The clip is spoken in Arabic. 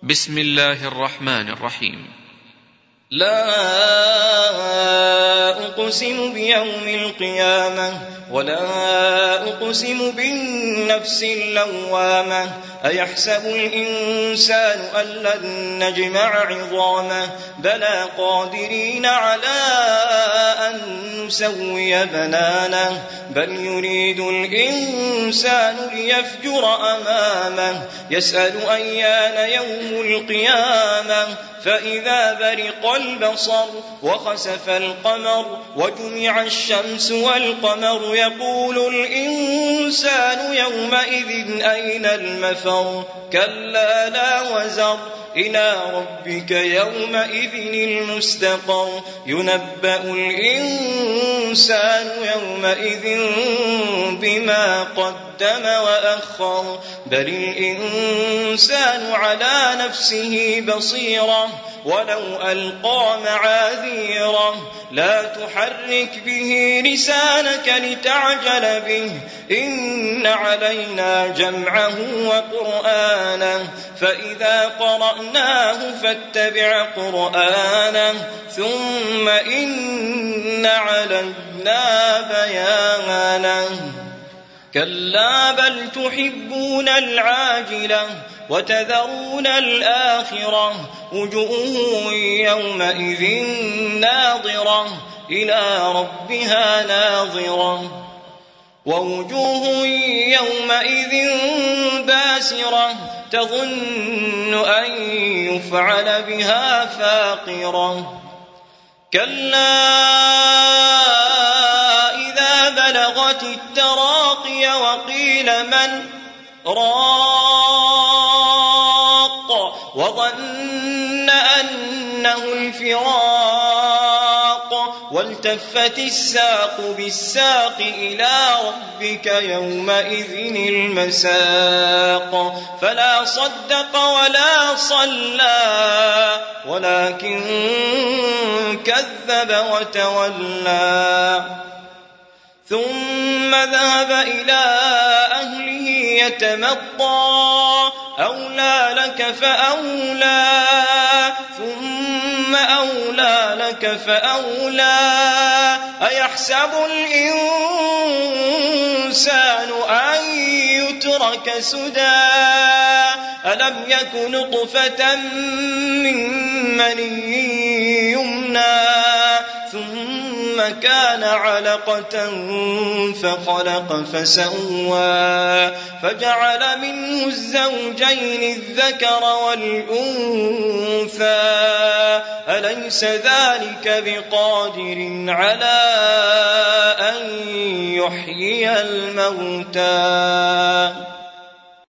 بسم الله الرحمن الرحيم. لا أقسم بيوم القيامة ولا أقسم بالنفس اللوامة أيحسب الإنسان أن لن نجمع عظامه بلى قادرين على أن نسوي بنانه بل يريد الإنسان ليفجر أمامه يسأل أيان يوم القيامة فإذا برق البصر وخسف القمر وجمع الشمس والقمر يقول الإنسان يومئذ أين المفر كلا لا وزر إلى ربك يومئذ المستقر ينبأ الإنسان يومئذ بما قدم وأخر بل الإنسان على نفسه بصيرة ولو ألقى معاذيره لا تحرك به لسانك لتعجل به إن علينا جمعه وقرآنه فإذا قرأناه فاتبع قرآنه ثم إن علينا بيانه كلا بل تحبون العاجلة وتذرون الآخرة وجوه يومئذ ناظرة إلى ربها ناظرة ووجوه يومئذ باسرة تظن أن يفعل بها فاقرة كلا إذا بلغت التراقي وقيل من راق وظن أنه الفراق والتفت الساق بالساق إلى ربك يومئذ المساق فلا صدق ولا صلى ولكن كذب وتولى ثم ذهب إلى أهله يتمطى أولى لك فأولى ثم أولى لك فأولى أيحسب الإنسان أن يترك سدى ألم يك نطفة من مني يمنى ثم كان علقة فخلق فسوى فجعل منه الزوجين الذكر والأنثى أليس ذلك بقادر على أن يحيي الموتى